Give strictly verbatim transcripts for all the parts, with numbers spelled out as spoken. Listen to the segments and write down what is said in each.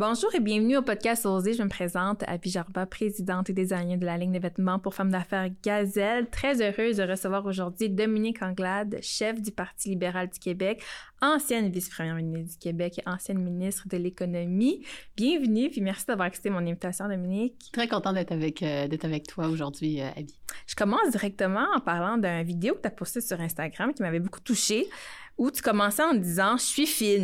Bonjour et bienvenue au podcast Oser. Je me présente, Abby Jarba, présidente et designer de la ligne de vêtements pour femmes d'affaires Gazelle. Très heureuse de recevoir aujourd'hui Dominique Anglade, chef du Parti libéral du Québec, ancienne vice-première ministre du Québec et ancienne ministre de l'Économie. Bienvenue, puis merci d'avoir accepté mon invitation, Dominique. Très contente d'être avec, euh, d'être avec toi aujourd'hui, euh, Abby. Je commence directement en parlant d'une vidéo que tu as postée sur Instagram qui m'avait beaucoup touchée, où tu commençais en disant « Je suis fine ».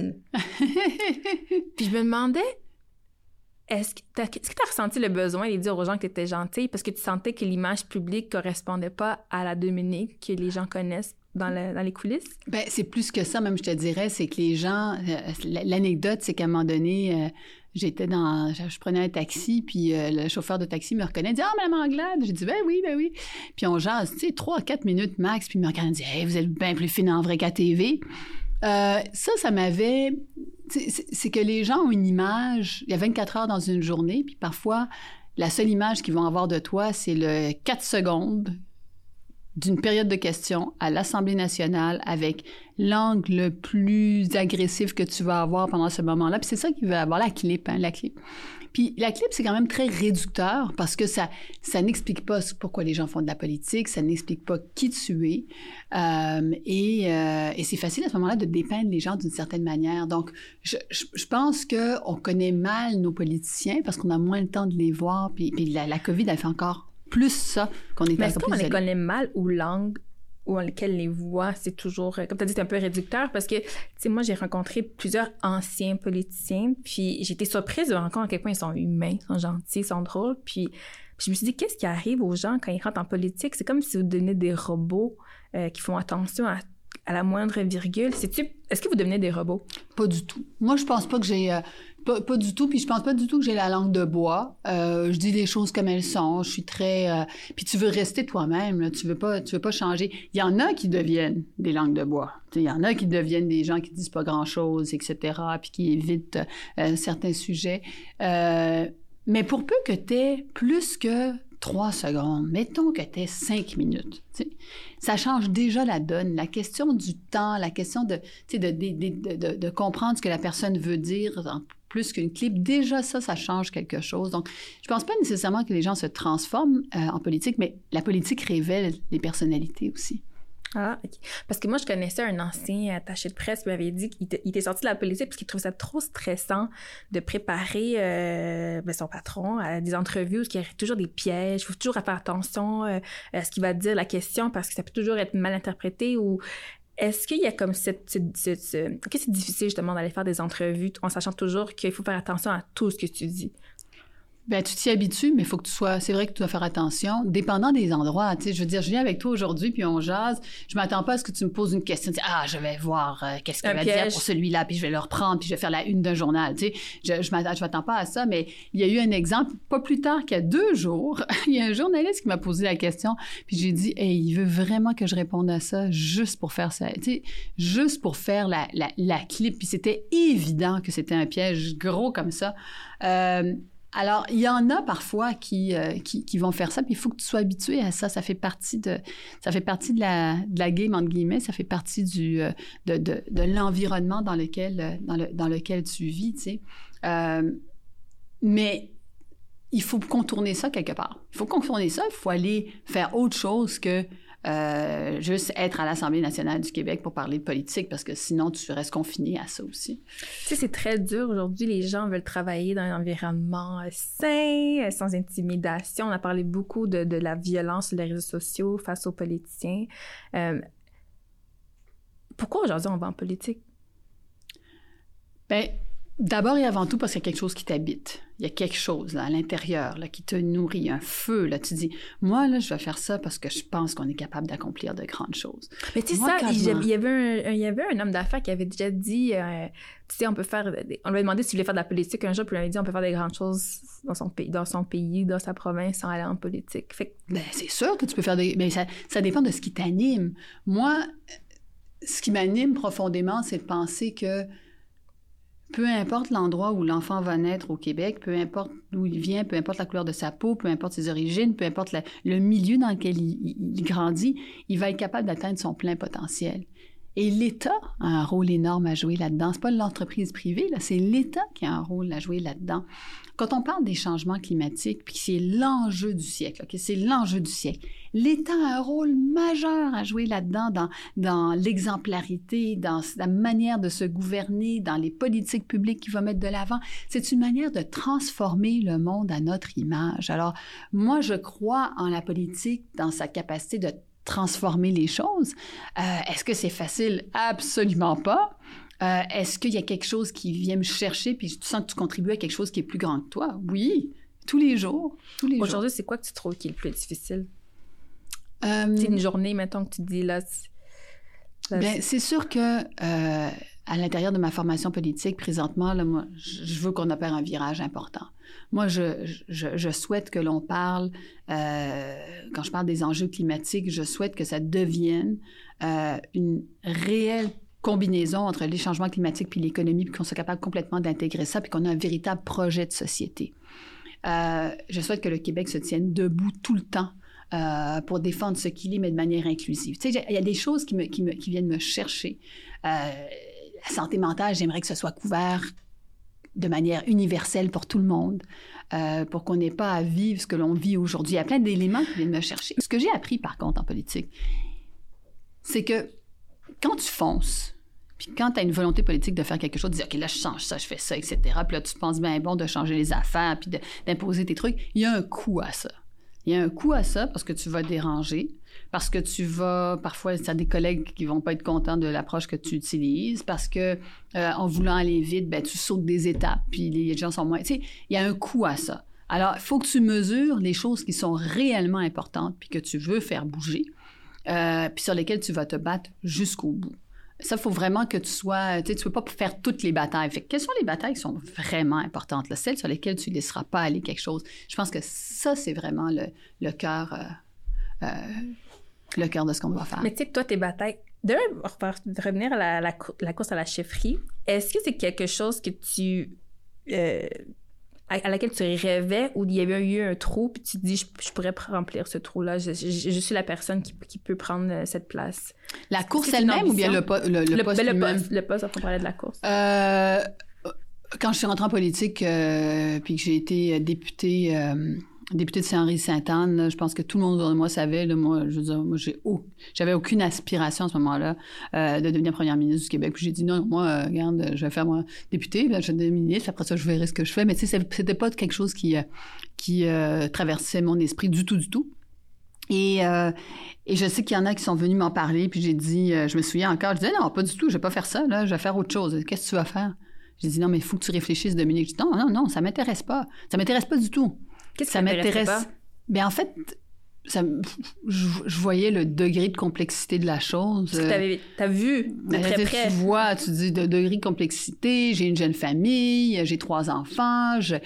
Puis je me demandais, est-ce que tu as ressenti le besoin de dire aux gens que tu étais gentille parce que tu sentais que l'image publique ne correspondait pas à la Dominique que les gens connaissent dans, le, dans les coulisses? Bien, c'est plus que ça, même, je te dirais, c'est que les gens... Euh, l'anecdote, c'est qu'à un moment donné, euh, j'étais dans... Je, je prenais un taxi, puis euh, le chauffeur de taxi me reconnaît, dit « Ah, Madame Anglade! » J'ai dit « Ben oui, ben oui. » Puis on jase, tu sais, trois à quatre minutes max, puis il me regarde et dit « Hey, vous êtes bien plus fine en vrai qu'à T V. » Euh, ça, ça m'avait... C'est, c'est que les gens ont une image, il y a vingt-quatre heures dans une journée, puis parfois, la seule image qu'ils vont avoir de toi, c'est le quatre secondes d'une période de questions à l'Assemblée nationale avec l'angle le plus agressif que tu vas avoir pendant ce moment-là. Puis c'est ça qui va avoir la clip, hein, la clip. Puis la clip, c'est quand même très réducteur parce que ça, ça n'explique pas pourquoi les gens font de la politique, ça n'explique pas qui tu es. Euh, et, euh, et c'est facile à ce moment-là de dépeindre les gens d'une certaine manière. Donc, je, je, je pense qu'on connaît mal nos politiciens parce qu'on a moins le temps de les voir. Puis, puis la, la COVID, elle fait encore plus ça qu'on est Mais un est-ce peu qu'on plus les isolé. connaît mal ou l'angle ou lequel les voix, c'est toujours, comme tu as dit, c'est un peu réducteur parce que, tu sais, moi, j'ai rencontré plusieurs anciens politiciens, puis j'ai été surprise de rencontrer à quel point ils sont humains, ils sont gentils, ils sont drôles, puis, puis je me suis dit, qu'est-ce qui arrive aux gens quand ils rentrent en politique? C'est comme si vous devenez des robots euh, qui font attention à, à la moindre virgule. C'est-tu, est-ce que vous devenez des robots? Pas du tout. Moi, je pense pas que j'ai... Euh, pas, pas du tout, puis je pense pas du tout que j'ai la langue de bois. Euh, je dis les choses comme elles sont. Je suis très... Euh, puis tu veux rester toi-même, là. Tu veux pas, tu veux pas changer. Il y en a qui deviennent des langues de bois. Il y en a qui deviennent des gens qui disent pas grand-chose, et cetera, puis qui évitent euh, certains sujets. Euh, mais pour peu que t'aies plus que trois secondes, mettons que t'aies cinq minutes, t'sais, ça change déjà la donne. La question du temps, la question de, de, de, de, de, de comprendre ce que la personne veut dire en plus qu'une clip, déjà ça, ça change quelque chose. Donc, je pense pas nécessairement que les gens se transforment euh, en politique, mais la politique révèle les personnalités aussi. Ah, OK. Parce que moi, je connaissais un ancien attaché de presse qui m'avait dit qu'il était sorti de la politique parce qu'il trouvait ça trop stressant de préparer euh, ben, son patron à des entrevues où il y a toujours des pièges, il faut toujours faire attention euh, à ce qu'il va dire, la question, parce que ça peut toujours être mal interprété ou... Est-ce qu'il y a comme cette... cette, cette, cette... OK, c'est difficile justement d'aller faire des entrevues en sachant toujours qu'il faut faire attention à tout ce que tu dis? Bien, tu t'y habitues, mais il faut que tu sois... C'est vrai que tu dois faire attention, dépendant des endroits. Tu sais, je veux dire, je viens avec toi aujourd'hui, puis on jase. Je m'attends pas à ce que tu me poses une question. Tu dis, ah, je vais voir euh, qu'est-ce qu'il va dire pour celui-là, puis je vais le reprendre, puis je vais faire la une d'un journal. Tu sais, je, je m'attends, je m'attends pas à ça, mais il y a eu un exemple, pas plus tard qu'il y a deux jours. Il y a un journaliste qui m'a posé la question, puis j'ai dit, hey, il veut vraiment que je réponde à ça juste pour faire ça. Tu sais, juste pour faire la, la, la clip. Puis c'était évident que c'était un piège gros comme ça. Euh, Alors, il y en a parfois qui, euh, qui, qui vont faire ça, puis il faut que tu sois habitué à ça. Ça fait partie de, ça fait partie de la, de la game, entre guillemets. Ça fait partie du, euh, de, de, de l'environnement dans lequel, dans le, dans lequel tu vis, tu sais. Euh, mais il faut contourner ça quelque part. Il faut contourner ça. Il faut aller faire autre chose que Euh, juste être à l'Assemblée nationale du Québec pour parler de politique, parce que sinon, tu restes confiné à ça aussi. Tu sais, c'est très dur aujourd'hui. Les gens veulent travailler dans un environnement sain, sans intimidation. On a parlé beaucoup de, de la violence sur les réseaux sociaux face aux politiciens. Euh, pourquoi aujourd'hui on va en politique? Bien, d'abord et avant tout parce qu'il y a quelque chose qui t'habite. Il y a quelque chose là, à l'intérieur là, qui te nourrit, un feu. Là, tu dis, moi, là, je vais faire ça parce que je pense qu'on est capable d'accomplir de grandes choses. Mais tu sais, ça, il y, avait un, il y avait un homme d'affaires qui avait déjà dit, euh, tu sais, on peut faire... On lui a demandé s'il voulait faire de la politique un jour, puis il lui a dit, on peut faire des grandes choses dans son pays, dans son, pays, dans sa province, sans aller en politique. Fait que... Ben, c'est sûr que tu peux faire des... Mais ça, ça dépend de ce qui t'anime. Moi, ce qui m'anime profondément, c'est de penser que peu importe l'endroit où l'enfant va naître au Québec, peu importe d'où il vient, peu importe la couleur de sa peau, peu importe ses origines, peu importe la, le milieu dans lequel il, il, il grandit, il va être capable d'atteindre son plein potentiel. Et l'État a un rôle énorme à jouer là-dedans. C'est pas l'entreprise privée, là, c'est l'État qui a un rôle à jouer là-dedans. Quand on parle des changements climatiques, puis que c'est l'enjeu du siècle, okay, c'est l'enjeu du siècle, l'État a un rôle majeur à jouer là-dedans, dans, dans l'exemplarité, dans la manière de se gouverner, dans les politiques publiques qu'il va mettre de l'avant. C'est une manière de transformer le monde à notre image. Alors, moi, je crois en la politique, dans sa capacité de transformer les choses. Euh, est-ce que c'est facile? Absolument pas. Euh, est-ce qu'il y a quelque chose qui vient me chercher puis tu sens que tu contribues à quelque chose qui est plus grand que toi? Oui, tous les jours. Tous les Aujourd'hui, jours. c'est quoi que tu trouves qui est le plus difficile? Euh, c'est une journée, mettons, que tu te dis là... C'est, là, bien, c'est... c'est sûr que euh, à l'intérieur de ma formation politique, présentement, là, moi, je veux qu'on opère un virage important. Moi, je, je, je souhaite que l'on parle, euh, quand je parle des enjeux climatiques, je souhaite que ça devienne euh, une réelle combinaison entre les changements climatiques puis l'économie, puis qu'on soit capable complètement d'intégrer ça, puis qu'on a un véritable projet de société. Euh, je souhaite que le Québec se tienne debout tout le temps euh, pour défendre ce qu'il est, mais de manière inclusive. Tu sais, il y a des choses qui, me, qui, me, qui viennent me chercher. Euh, la santé mentale, j'aimerais que ce soit couvert de manière universelle pour tout le monde, euh, pour qu'on n'ait pas à vivre ce que l'on vit aujourd'hui. Il y a plein d'éléments qui viennent me chercher. Ce que j'ai appris, par contre, en politique, c'est que quand tu fonces, puis quand tu as une volonté politique de faire quelque chose, de dire « OK, là, je change ça, je fais ça, et cetera » Puis là, tu penses bien bon de changer les affaires, puis de, d'imposer tes trucs. Il y a un coût à ça. Il y a un coût à ça parce que tu vas déranger, parce que tu vas... Parfois, tu as des collègues qui vont pas être contents de l'approche que tu utilises, parce que euh, en voulant aller vite, ben tu sautes des étapes, puis les gens sont moins... Tu sais, il y a un coût à ça. Alors, il faut que tu mesures les choses qui sont réellement importantes, puis que tu veux faire bouger, euh, puis sur lesquelles tu vas te battre jusqu'au bout. Ça, il faut vraiment que tu sois... Tu sais, tu ne peux pas faire toutes les batailles. Fait que, quelles sont les batailles qui sont vraiment importantes, là? Celles sur lesquelles tu ne laisseras pas aller quelque chose. Je pense que ça, c'est vraiment le, le cœur euh, euh, le cœur de ce qu'on doit faire. Mais tu sais que toi, tes batailles... De revenir à la, la, la course à la chefferie, est-ce que c'est quelque chose que tu... Euh, à, à laquelle tu rêvais, où il y avait eu un trou, puis tu te dis, je, je pourrais remplir ce trou-là, je, je, je suis la personne qui, qui peut prendre cette place. La course elle-même ou bien le, po- le, le, le poste ben, lui-même? Le poste, le poste, on parlait de la course. Euh, quand je suis rentrée en politique, euh, puis que j'ai été députée... Euh, députée de Saint-Henri-Sainte-Anne, là, je pense que tout le monde autour de moi savait, là, moi, je veux dire, moi, j'ai au... j'avais aucune aspiration à ce moment-là euh, de devenir première ministre du Québec. Puis j'ai dit, non, moi, euh, regarde, je vais faire moi députée, puis je vais devenir ministre, après ça, je verrai ce que je fais. Mais tu sais, c'était pas quelque chose qui, euh, qui euh, traversait mon esprit du tout, du tout. Et, euh, et je sais qu'il y en a qui sont venus m'en parler, puis j'ai dit, euh, je me souviens encore, je disais, non, pas du tout, je vais pas faire ça, là, je vais faire autre chose. Qu'est-ce que tu vas faire? J'ai dit, non, mais il faut que tu réfléchisses, Dominique. Je dis, non, non, non, ça m'intéresse pas. Ça m'intéresse pas du tout. Qu'est-ce que ça m'intéresse pas? Bien, en fait, ça, je, je voyais le degré de complexité de la chose. Parce que t'avais, t'as vu de très près. Tu vois, tu dis de degré de complexité, j'ai une jeune famille, j'ai trois enfants, je,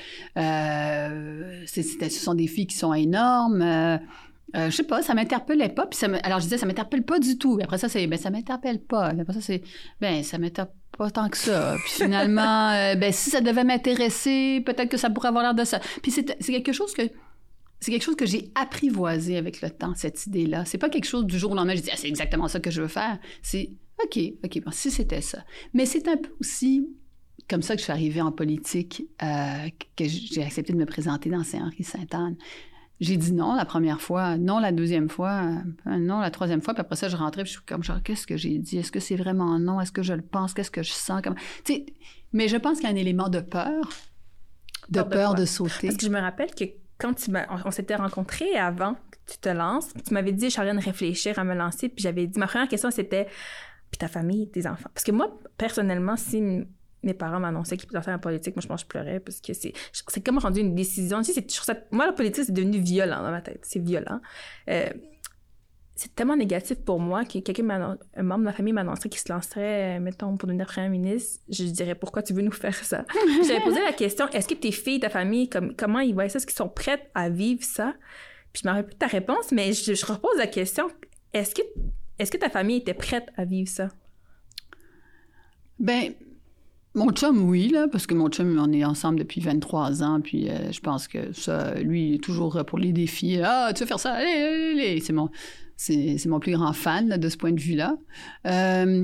euh, c'est, c'est, ce sont des filles qui sont énormes. Euh, Euh, je sais pas, ça m'interpellait pas. Puis ça me... Alors, je disais, ça m'interpelle pas du tout. Et après ça, c'est, ben, ça m'interpelle pas. Et après ça, c'est, ben, ça m'interpelle pas tant que ça. Puis finalement, euh, ben, si ça devait m'intéresser, peut-être que ça pourrait avoir l'air de ça. Puis c'est, c'est quelque chose que, c'est quelque chose que j'ai apprivoisé avec le temps, cette idée-là. C'est pas quelque chose du jour au lendemain, je dis, ah, c'est exactement ça que je veux faire. C'est, OK, OK, bon, si c'était ça. Mais c'est un peu aussi comme ça que je suis arrivée en politique, euh, que j'ai accepté de me présenter dans Saint-Henri-Sainte-Anne. J'ai dit non la première fois, non la deuxième fois, euh, non la troisième fois, puis après ça, je rentrais, puis je suis comme genre, qu'est-ce que j'ai dit? Est-ce que c'est vraiment non? Est-ce que je le pense? Qu'est-ce que je sens? Comme... Tu sais, mais je pense qu'il y a un élément de peur, de peur, peur de, de sauter. Parce que je me rappelle que quand tu m'as, on, on s'était rencontrés avant que tu te lances, tu m'avais dit, je suis en train de réfléchir à me lancer, puis j'avais dit, ma première question, c'était, puis ta famille, tes enfants. Parce que moi, personnellement, si... mes parents m'annonçaient qu'ils pouvaient faire la politique. Moi, je pense que je pleurais parce que c'est, c'est comme rendu une décision. Tu sais, c'est toujours ça. Moi, la politique, c'est devenu violent dans ma tête. C'est violent. Euh, c'est tellement négatif pour moi que quelqu'un, un membre de ma famille m'annoncerait qu'il se lancerait, mettons, pour devenir premier ministre. Je dirais, pourquoi tu veux nous faire ça? J'avais posé la question, est-ce que tes filles, ta famille, comme, comment ils voient ça? Est-ce qu'ils sont prêtes à vivre ça? Puis je me rappelle plus de ta réponse, mais je, je repose la question, est-ce que, est-ce que ta famille était prête à vivre ça? Ben... Mon chum, oui, là, parce que mon chum, on est ensemble depuis vingt-trois ans, puis euh, je pense que ça, lui, il est toujours pour les défis. Ah, tu veux faire ça? Allez, allez, allez. C'est mon, c'est, c'est mon plus grand fan, là, de ce point de vue-là. Euh,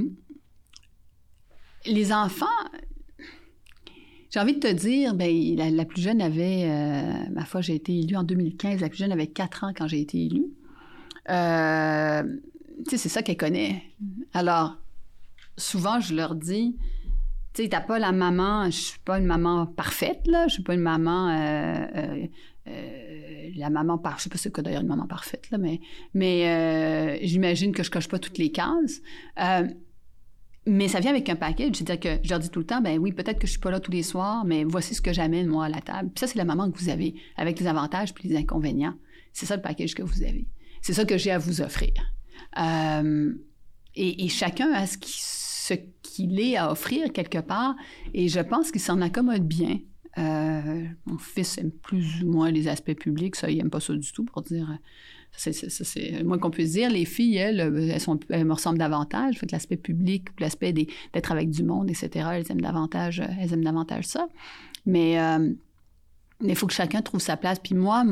les enfants, j'ai envie de te dire, ben, la, la plus jeune avait, euh, ma foi, j'ai été élue en deux mille quinze, la plus jeune avait quatre ans quand j'ai été élue. Euh, tu sais, c'est ça qu'elle connaît. Alors, souvent, je leur dis... Tu sais, t'as pas la maman... Je suis pas une maman parfaite, là. Je suis pas une maman... Euh, euh, euh, la maman... Par, je sais pas c'est quoi, d'ailleurs, une maman parfaite, là, mais, mais euh, j'imagine que je coche pas toutes les cases. Euh, mais ça vient avec un package. C'est-à-dire que je leur dis tout le temps, ben oui, peut-être que je suis pas là tous les soirs, mais voici ce que j'amène, moi, à la table. Puis ça, c'est la maman que vous avez, avec les avantages puis les inconvénients. C'est ça, le package que vous avez. C'est ça que j'ai à vous offrir. Euh, et, et chacun a ce qui... ce qu'il est à offrir quelque part, et je pense qu'il s'en accommode bien. Euh, mon fils aime plus ou moins les aspects publics, ça, il n'aime pas ça du tout, pour dire... C'est, c'est, c'est, c'est le moins qu'on puisse dire. Les filles, elles, elles, sont, elles me ressemblent davantage, fait que l'aspect public, l'aspect des, d'être avec du monde, et cetera, elles aiment davantage, elles aiment davantage ça. Mais euh, il faut que chacun trouve sa place. Puis moi...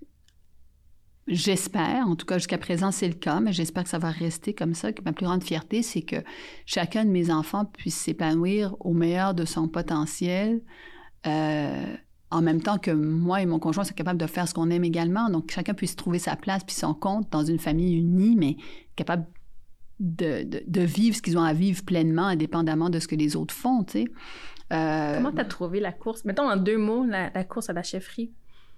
J'espère, en tout cas jusqu'à présent c'est le cas, mais j'espère que ça va rester comme ça, que ma plus grande fierté, c'est que chacun de mes enfants puisse s'épanouir au meilleur de son potentiel, euh, en même temps que moi et mon conjoint sont capables de faire ce qu'on aime également, donc chacun puisse trouver sa place puis son compte dans une famille unie, mais capable de, de, de vivre ce qu'ils ont à vivre pleinement, indépendamment de ce que les autres font, tu sais. Euh, Comment t'as trouvé la course? Mettons en deux mots, la, la course à la chefferie.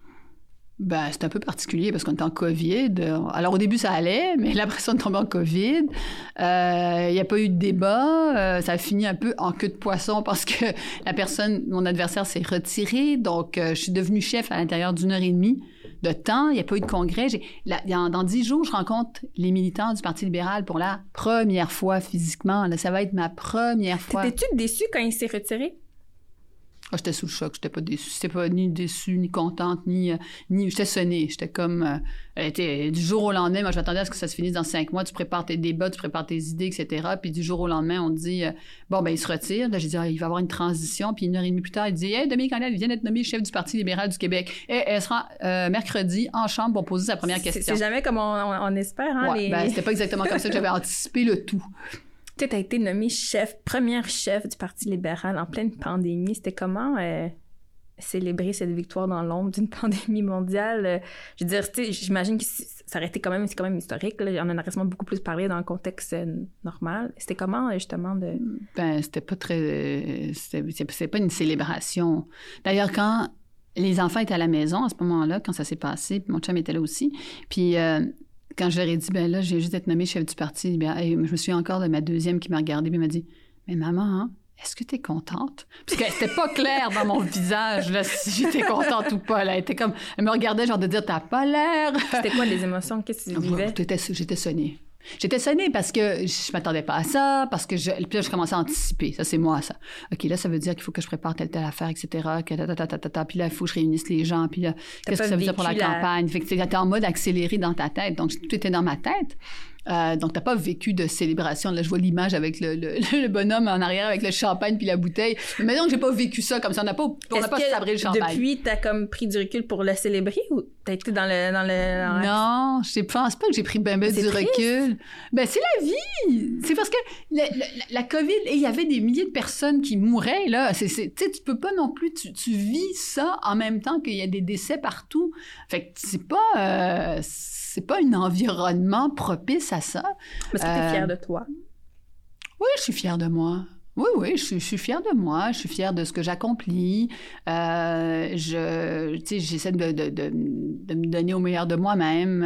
Ben, c'est un peu particulier parce qu'on était en COVID. Alors, au début, ça allait, mais là, après ça, on est tombé en COVID. Il euh, n'y a pas eu de débat. Euh, ça a fini un peu en queue de poisson parce que la personne, mon adversaire, s'est retiré. Donc, euh, je suis devenue chef à l'intérieur d'une heure et demie de temps. Il n'y a pas eu de congrès. J'ai, là, dans, dans dix jours, je rencontre les militants du Parti libéral pour la première fois physiquement. Là, ça va être ma première fois. T'étais-tu déçue quand il s'est retiré? Ah, j'étais sous le choc, j'étais pas déçue. J'étais pas ni déçue, ni contente, ni... ni j'étais sonnée. J'étais comme... Euh, elle était, du jour au lendemain, moi, je m'attendais à ce que ça se finisse dans cinq mois. Tu prépares tes débats, tu prépares tes idées, et cetera. Puis du jour au lendemain, on te dit, euh, bon, ben il se retire. Là, j'ai dit, ah, il va y avoir une transition. Puis une heure et demie plus tard, il dit, hey, Dominique Anglade vient d'être nommée chef du Parti libéral du Québec. Et elle sera euh, mercredi en chambre pour poser sa première c'est, question. C'est jamais comme on, on, on espère, hein? Ouais, les... ben c'était pas exactement comme ça que j'avais anticipé le tout. Tu sais, t'as été nommée chef, première chef du Parti libéral en pleine pandémie. C'était comment... Euh... célébrer cette victoire dans l'ombre d'une pandémie mondiale. Je veux dire, tu sais, j'imagine que ça aurait été quand même, c'est quand même historique. Là. On en a récemment beaucoup plus parlé dans le contexte normal. C'était comment, justement, de... Ben, c'était pas très... C'était, c'était pas une célébration. D'ailleurs, quand les enfants étaient à la maison, à ce moment-là, quand ça s'est passé, puis mon chum était là aussi, puis... Euh, quand je leur ai dit, ben là, j'ai juste été nommée chef du Parti libéral, et je me souviens encore de ma deuxième qui m'a regardée, puis m'a dit, mais maman, hein, est-ce que t'es contente? Parce que c'était pas clair dans mon visage, là, si j'étais contente ou pas, là. Elle était comme... Elle me regardait, genre de dire, t'as pas l'air... C'était quoi les émotions? Qu'est-ce que tu vivais? J'étais, j'étais sonnée. J'étais sonnée parce que je m'attendais pas à ça, parce que je... Puis là, je commençais à anticiper. Ça, c'est moi, ça. OK, là, ça veut dire qu'il faut que je prépare telle, telle affaire, et cetera. Que ta, ta, ta, ta, ta, ta. Puis là, il faut que je réunisse les gens. Puis là, T'as qu'est-ce que ça veut dire pour la, la... campagne? Fait que t'étais en mode accéléré dans ta tête. Donc, tout était dans ma tête. Euh, donc, t'as pas vécu de célébration. Là, je vois l'image avec le, le, le bonhomme en arrière avec le champagne puis la bouteille. Mais maintenant que j'ai pas vécu ça comme ça, on n'a pas, on n'a pas sabré le champagne. Depuis, t'as comme pris du recul pour le célébrer ou t'as été dans le... Dans le dans non, je pense pas que j'ai pris ben ben du triste. recul. Ben, c'est la vie! C'est parce que la, la, la COVID, et il y avait des milliers de personnes qui mouraient, là. C'est, c'est, tu sais, tu peux pas non plus... Tu, tu vis ça en même temps qu'il y a des décès partout. Fait que c'est pas... Euh, c'est pas un environnement propice à ça. Est-ce que tu es fière de toi? Oui, je suis fière de moi. Oui, oui, je, je suis fière de moi. Je suis fière de ce que j'accomplis. Euh, je, tu sais, j'essaie de, de, de, de me donner au meilleur de moi-même.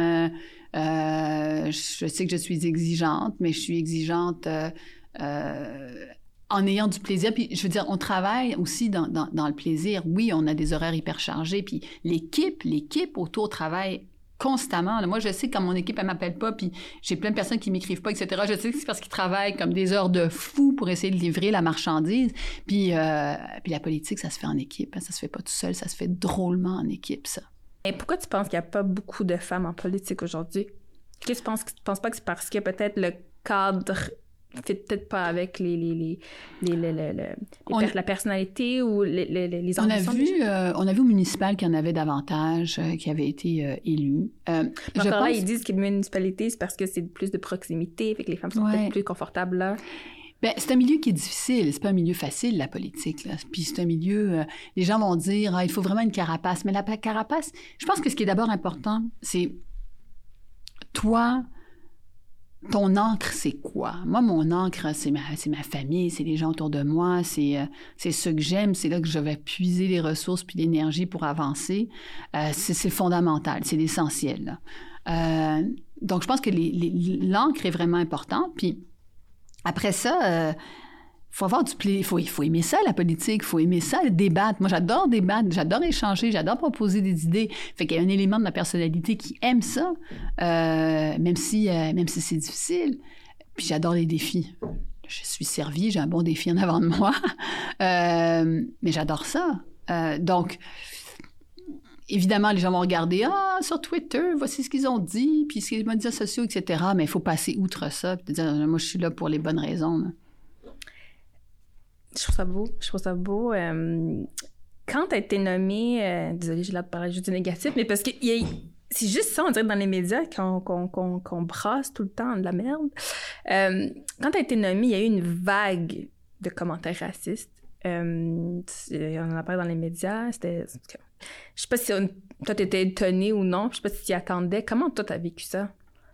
Euh, je sais que je suis exigeante, mais je suis exigeante euh, euh, en ayant du plaisir. Puis, je veux dire, on travaille aussi dans, dans, dans le plaisir. Oui, on a des horaires hyper chargés. Puis, l'équipe, l'équipe autour travaille constamment. Là, moi, je sais que quand mon équipe, elle m'appelle pas, puis j'ai plein de personnes qui m'écrivent pas, et cetera. Je sais que c'est parce qu'ils travaillent comme des heures de fou pour essayer de livrer la marchandise. Puis, euh, puis la politique, ça se fait en équipe. Hein, ça se fait pas tout seul, ça se fait drôlement en équipe, ça. Et pourquoi tu penses qu'il n'y a pas beaucoup de femmes en politique aujourd'hui? Qu'est-ce que tu penses? Tu penses pas que c'est parce que peut-être le cadre fit peut-être pas avec les, les, les, les, les, les, les on, la personnalité ou les, les, les on a vu euh, on a vu au municipal qu'il y en avait davantage euh, qui avaient été euh, élus. Euh, je encore pense... là, ils disent que les municipalités, c'est parce que c'est plus de proximité, fait que les femmes sont ouais. peut-être plus confortables là. Bien, c'est un milieu qui est difficile. C'est pas un milieu facile, la politique, là. Puis c'est un milieu... Euh, les gens vont dire, ah, il faut vraiment une carapace. Mais la carapace, je pense que ce qui est d'abord important, c'est toi, ton encre, c'est quoi? Moi, mon encre, c'est ma, c'est ma famille, c'est les gens autour de moi, c'est, euh, c'est ce que j'aime, c'est là que je vais puiser les ressources puis l'énergie pour avancer. Euh, c'est, c'est fondamental, c'est l'essentiel, là. Euh, donc, je pense que les, les, l'encre est vraiment importante. Puis après ça, il euh, faut avoir du plaisir. Il faut, il faut aimer ça, la politique. Il faut aimer ça, débattre. Moi, j'adore débattre. J'adore échanger. J'adore proposer des idées. Fait qu'il y a un élément de ma personnalité qui aime ça, euh, même si, euh, même si c'est difficile. Puis j'adore les défis. Je suis servie. J'ai un bon défi en avant de moi. euh, mais j'adore ça. Euh, donc... Évidemment, les gens vont regarder « Ah, sur Twitter, voici ce qu'ils ont dit, puis les médias sociaux, et cetera » Mais il faut passer outre ça, puis dire « Moi, je suis là pour les bonnes raisons. » Je trouve ça beau. Je trouve ça beau. Euh, quand tu as été nommée... Euh, désolée, j'ai l'air de parler juste du négatif, mais parce que y a, c'est juste ça, on dirait, dans les médias, qu'on, qu'on, qu'on, qu'on brasse tout le temps de la merde. Euh, quand tu as été nommée, il y a eu une vague de commentaires racistes. Euh, on en a parlé dans les médias. C'était... Je sais pas si on, toi, t'étais étonnée ou non. Je sais pas si tu y attendais. Comment toi, t'as vécu ça?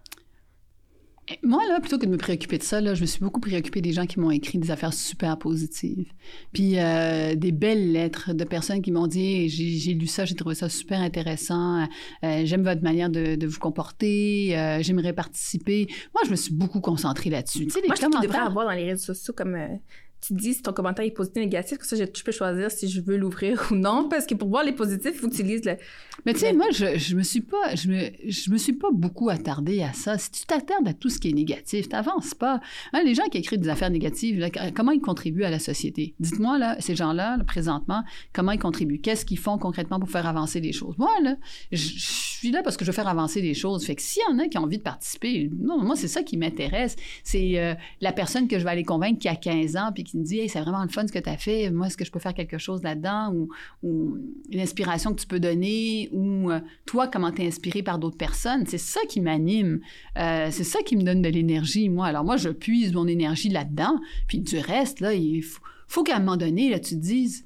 Moi, là, plutôt que de me préoccuper de ça, là, je me suis beaucoup préoccupée des gens qui m'ont écrit des affaires super positives. Puis euh, des belles lettres de personnes qui m'ont dit hey, « j'ai, j'ai lu ça, j'ai trouvé ça super intéressant. Euh, j'aime votre manière de, de vous comporter. Euh, j'aimerais participer. » Moi, je me suis beaucoup concentrée là-dessus. Tu sais, les Moi, je commentaires... trouve qu'il devrait avoir dans les réseaux sociaux comme... Euh... Tu dis si ton commentaire est positif ou négatif, comme ça, je, je peux choisir si je veux l'ouvrir ou non, parce que pour voir les positifs, il faut que tu lises le... Mais tu sais, moi, je, je me suis pas... Je me, je me suis pas beaucoup attardée à ça. Si tu t'attardes à tout ce qui est négatif, t'avances pas. Hein, les gens qui écrivent des affaires négatives, là, comment ils contribuent à la société? Dites-moi, là, ces gens-là, là, présentement, comment ils contribuent? Qu'est-ce qu'ils font concrètement pour faire avancer les choses? Moi, là, je, je suis là parce que je veux faire avancer les choses. Fait que s'il y en a qui ont envie de participer, non, moi, c'est ça qui m'intéresse. C'est euh, la personne que je vais aller convaincre qui a quinze ans puis qui me dit « Hey, c'est vraiment le fun ce que tu as fait. Moi, est-ce que je peux faire quelque chose là-dedans? » Ou, ou une inspiration que tu peux donner, ou euh, toi, comment t'es inspiré par d'autres personnes. C'est ça qui m'anime. Euh, c'est ça qui me donne de l'énergie, moi. Alors moi, je puise mon énergie là-dedans. Puis du reste, là, il faut, faut qu'à un moment donné, là, tu te dises...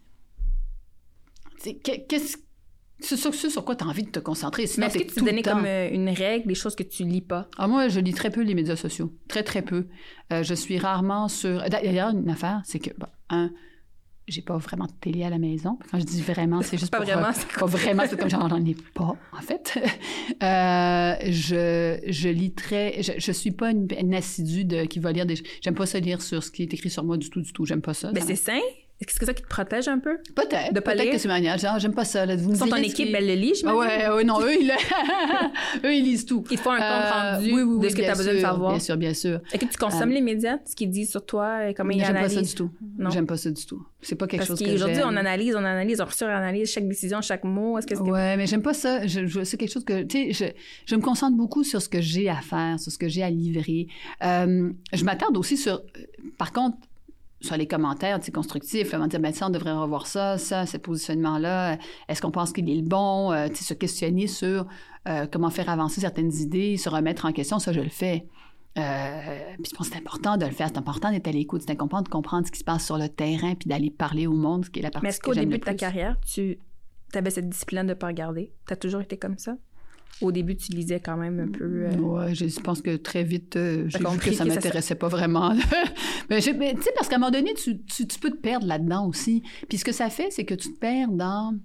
Qu'est-ce C'est sur, sur quoi tu as envie de te concentrer. Sinon, mais est-ce que tu te donnais comme euh, une règle, des choses que tu lis pas? Ah, moi, je lis très peu les médias sociaux. Très, très peu. Euh, je suis rarement sur... D'ailleurs, une affaire, c'est que, bon, un, j'ai pas vraiment de télé à la maison. Quand je dis vraiment, c'est juste pas pour... Vraiment, euh, c'est pas vraiment, c'est comme j'en j'en ai pas, en fait. euh, je, je lis très... Je, je suis pas une, une assidue de, qui va lire des... J'aime pas ça lire sur ce qui est écrit sur moi du tout, du tout. J'aime pas ça. Mais ça c'est sain? Est-ce que c'est ça qui te protège un peu? Peut-être. De pas peut-être lire? que c'est ma manière. Genre, j'aime pas ça. Là. Vous me Sont ton équipe, elle le lit, je ah ouais, ouais, non, eux, ils, eux, ils lisent tout. Ils font un compte euh, rendu oui, oui, oui, de ce que tu as besoin de savoir. Bien sûr, bien sûr. Est-ce que tu consommes euh, les médias, ce qu'ils disent sur toi, et comment ils j'aime analysent? J'aime pas ça du tout. Non. J'aime pas ça du tout. C'est pas quelque Parce chose que qu'aujourd'hui, j'aime. on analyse, on analyse, on suranalyse chaque décision, chaque mot. Est-ce que c'est... Ouais, mais j'aime pas ça. Je, je, c'est quelque chose que, tu sais, je, je me concentre beaucoup sur ce que j'ai à faire, sur ce que j'ai à livrer. Euh, je m'attarde aussi sur... Par contre, sur les commentaires, tu sais, constructifs, on va dire, ben, ça, on devrait revoir ça, ça, ce positionnement-là, est-ce qu'on pense qu'il est le bon, euh, tu sais, se questionner sur euh, comment faire avancer certaines idées, se remettre en question, ça, je le fais. Euh, puis je pense que c'est important de le faire, c'est important d'être à l'écoute, c'est important de comprendre ce qui se passe sur le terrain, puis d'aller parler au monde, ce qui est la partie que j'aime le plus. Mais est-ce qu'au début de ta carrière, tu avais cette discipline de ne pas regarder? Tu as toujours été comme ça? Au début, tu lisais quand même un peu... Euh... Oui, je pense que très vite, euh, j'ai vu que ça ne m'intéressait ça... pas vraiment. mais tu sais, parce qu'à un moment donné, tu, tu, tu peux te perdre là-dedans aussi. Puis ce que ça fait, c'est que tu te perds dans...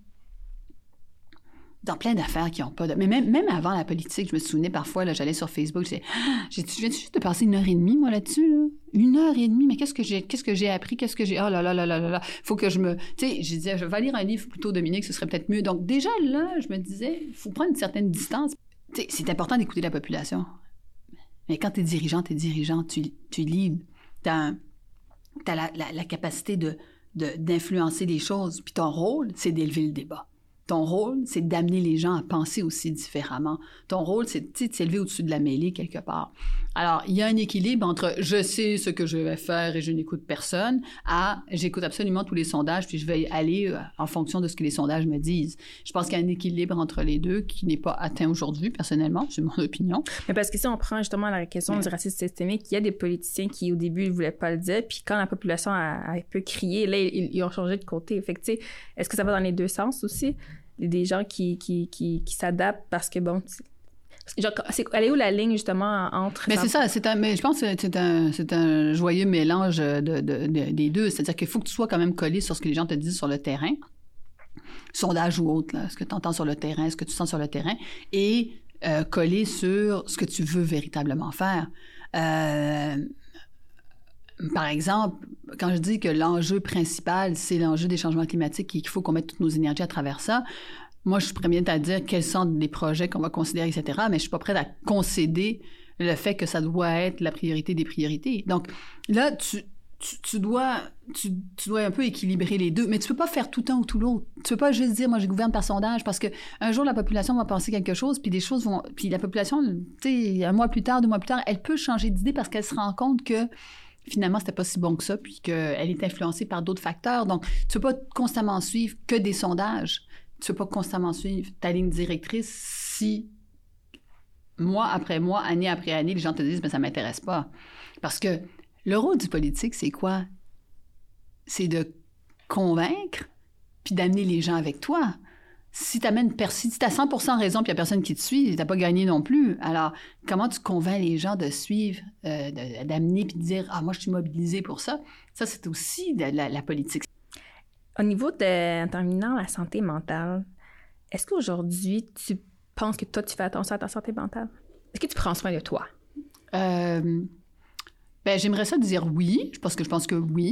dans plein d'affaires qui n'ont pas de... Mais même, même avant la politique, je me souvenais parfois, là, j'allais sur Facebook, je disais, ah, je viens juste de passer une heure et demie, moi, là-dessus, là. Une heure et demie, mais qu'est-ce que j'ai, qu'est-ce que j'ai appris, qu'est-ce que j'ai... Oh là là là là là là, faut que je me... Tu sais, je disais, je vais lire un livre plutôt, Dominique, ce serait peut-être mieux. Donc déjà, là, je me disais, il faut prendre une certaine distance. Tu sais, c'est important d'écouter la population. Mais quand tu es dirigeant, tu es dirigeant, tu, tu leads. Tu as la, la, la capacité de, de, d'influencer les choses. Puis ton rôle, c'est d'élever le débat. Ton rôle, c'est d'amener les gens à penser aussi différemment. Ton rôle, c'est de s'élever au-dessus de la mêlée quelque part. Alors, il y a un équilibre entre « je sais ce que je vais faire et je n'écoute personne » à « j'écoute absolument tous les sondages puis je vais aller en fonction de ce que les sondages me disent ». Je pense qu'il y a un équilibre entre les deux qui n'est pas atteint aujourd'hui, personnellement, c'est mon opinion. Mais parce que si on prend justement la question ouais. du racisme systémique, il y a des politiciens qui, au début, ne voulaient pas le dire, puis quand la population a, a un peu crié, là, ils, ils ont changé de côté. Fait que, tu sais, est-ce que ça va dans les deux sens aussi? Des gens qui, qui, qui, qui s'adaptent parce que, bon... Genre, c'est, elle est où la ligne, justement, entre... Mais c'est ça, c'est un, mais je pense que c'est un, c'est un joyeux mélange de, de, de, des deux. C'est-à-dire qu'il faut que tu sois quand même collé sur ce que les gens te disent sur le terrain, sondage ou autre, là, ce que tu entends sur le terrain, ce que tu sens sur le terrain, et euh, collé sur ce que tu veux véritablement faire. Euh, Par exemple, quand je dis que l'enjeu principal, c'est l'enjeu des changements climatiques et qu'il faut qu'on mette toutes nos énergies à travers ça, moi, je suis première à dire quels sont les projets qu'on va considérer, et cetera, mais je suis pas prête à concéder le fait que ça doit être la priorité des priorités. Donc, là, tu, tu, tu, dois, tu, tu dois un peu équilibrer les deux, mais tu peux pas faire tout un ou tout l'autre. Tu peux pas juste dire, moi, je gouverne par sondage, parce que un jour, la population va penser quelque chose, puis des choses vont... Puis la population, tu sais, un mois plus tard, deux mois plus tard, elle peut changer d'idée parce qu'elle se rend compte que finalement, c'était pas si bon que ça, puis qu'elle est influencée par d'autres facteurs. Donc, tu peux pas constamment suivre que des sondages. Tu peux pas constamment suivre ta ligne directrice si, mois après mois, année après année, les gens te disent « mais ça m'intéresse pas ». Parce que le rôle du politique, c'est quoi? C'est de convaincre, puis d'amener les gens avec toi. Si tu si as cent pour cent raison puis il n'y a personne qui te suit, tu n'as pas gagné non plus. Alors, comment tu convaincs les gens de suivre, euh, de, d'amener puis de dire « Ah, moi, je suis mobilisée pour ça », ça, c'est aussi de la, la politique. Au niveau de, en terminant, la santé mentale, est-ce qu'aujourd'hui, tu penses que toi, tu fais attention à ta santé mentale? Est-ce que tu prends soin de toi? Euh, ben, j'aimerais ça dire oui, parce que je pense que oui.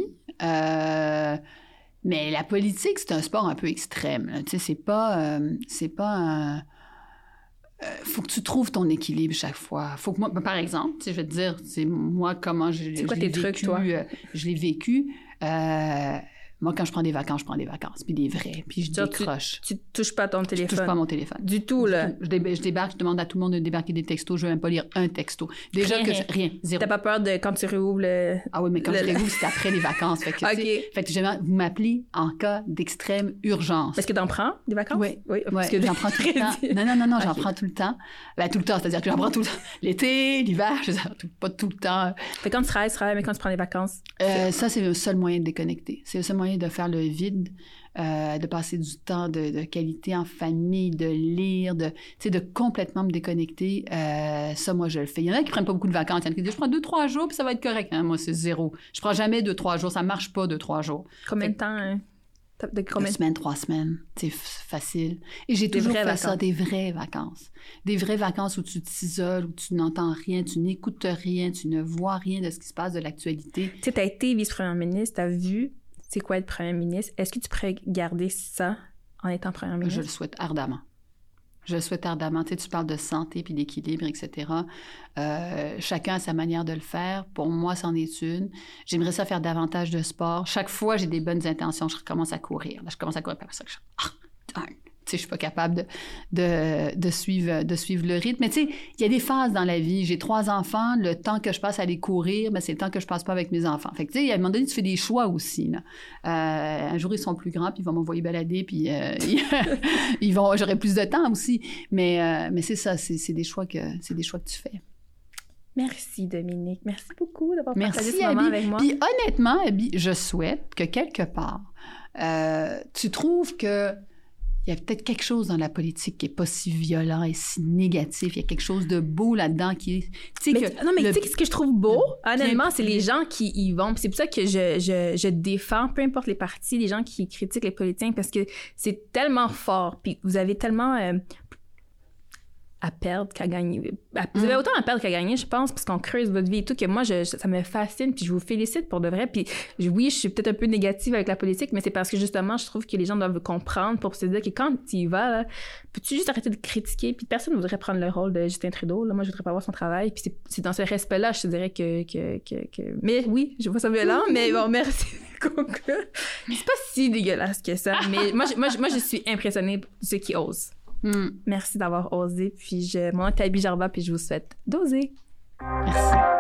Euh... Mais la politique, c'est un sport un peu extrême. Tu sais, c'est pas, euh, c'est pas un... Euh, faut que tu trouves ton équilibre chaque fois. Faut que moi, par exemple, tu sais, je vais te dire, c'est moi comment je, c'est quoi je tes l'ai trucs, vécu. Toi? Euh, je l'ai vécu. Euh, Moi, quand je prends des vacances, je prends des vacances, puis des vrais, puis je Genre, décroche. Tu, tu touches pas à ton téléphone? Je touche pas à mon téléphone. Du tout, là? Je, dé- je débarque, je demande à tout le monde de débarquer des textos, je veux même pas lire un texto. Déjà rien, que je... Rien, zéro. T'as pas peur de quand tu réouvres le... Ah oui, mais quand le... je réouvre, c'est après les vacances. Fait que, OK. Fait que jamais, vous m'appelez en cas d'extrême urgence. Est-ce que t'en prends, des vacances? Oui, oui. Parce ouais, que j'en prends tout le temps. Non, non, non, non, j'en okay. prends tout le temps. Ben, tout le temps, c'est-à-dire que j'en prends tout le temps. L'été, l'hiver, je veux dire, pas tout le temps. Fait quand tu travailles, tu travailles, mais quand tu prends des vacances? Euh, ça, c'est le seul moyen de déconnecter. C'est le seul moyen de faire le vide. Euh, de passer du temps de, de qualité en famille, de lire, de, de complètement me déconnecter. Euh, ça, moi, je le fais. Il y en a qui prennent pas beaucoup de vacances. Il y en a qui disent, je prends deux, trois jours, puis ça va être correct. Hein? Moi, c'est zéro. Je prends jamais deux, trois jours. Ça marche pas, deux, trois jours. Combien de temps? Hein? De combien? Deux semaines, trois semaines. C'est facile. Et j'ai des toujours fait vacances. Ça, des vraies vacances. Des vraies vacances où tu t'isoles, où tu n'entends rien, tu n'écoutes rien, tu ne vois rien de ce qui se passe de l'actualité. Tu sais, t'as été vice-première ministre, t'as vu c'est quoi être premier ministre. Est-ce que tu pourrais garder ça en étant premier ministre? Je le souhaite ardemment. Je le souhaite ardemment. Tu sais, tu parles de santé puis d'équilibre, et cetera. Euh, chacun a sa manière de le faire. Pour moi, c'en est une. J'aimerais ça faire davantage de sport. Chaque fois, j'ai des bonnes intentions. Je recommence à courir. Là, je commence à courir. Puis après ça, je... ah, tu sais, je suis pas capable de, de, de, suivre, de suivre le rythme. Mais tu sais, il y a des phases dans la vie. J'ai trois enfants. Le temps que je passe à aller courir, ben, c'est le temps que je passe pas avec mes enfants. Fait que tu sais, à un moment donné, tu fais des choix aussi. Là. Euh, un jour, ils sont plus grands, puis ils vont m'envoyer balader, puis euh, ils vont, j'aurai plus de temps aussi. Mais, euh, mais c'est ça, c'est, c'est, des choix que, c'est des choix que tu fais. Merci, Dominique. Merci beaucoup d'avoir Merci, partagé ce moment Abby. avec moi. Puis honnêtement, Abby, je souhaite que quelque part, euh, tu trouves que il y a peut-être quelque chose dans la politique qui n'est pas si violent et si négatif. Il y a quelque chose de beau là-dedans qui est... Mais, que non, mais le, tu sais, ce que je trouve beau, honnêtement, c'est les gens qui y vont. Puis c'est pour ça que je, je, je défends, peu importe les partis, les gens qui critiquent les politiciens, parce que c'est tellement fort. Puis vous avez tellement... Euh, à perdre qu'à gagner. Vous avez autant à perdre qu'à gagner, je pense, parce qu'on creuse votre vie et tout, que moi, je, ça me fascine, puis je vous félicite pour de vrai. Puis oui, je suis peut-être un peu négative avec la politique, mais c'est parce que justement, je trouve que les gens doivent comprendre pour se dire que quand tu y vas, là, peux-tu juste arrêter de critiquer, puis personne ne voudrait prendre le rôle de Justin Trudeau. Là. Moi, je voudrais pas voir son travail. Puis c'est, c'est dans ce respect-là, je te dirais que... que, que, que... Mais oui, je vois ça violent, mais bon, merci de conclure. C'est pas si dégueulasse que ça, mais moi, je, moi, je, moi, je suis impressionnée de ceux qui osent. Mm. Merci d'avoir osé. Puis je, mon nom est Tabi Jarba, puis je vous souhaite d'oser. Merci.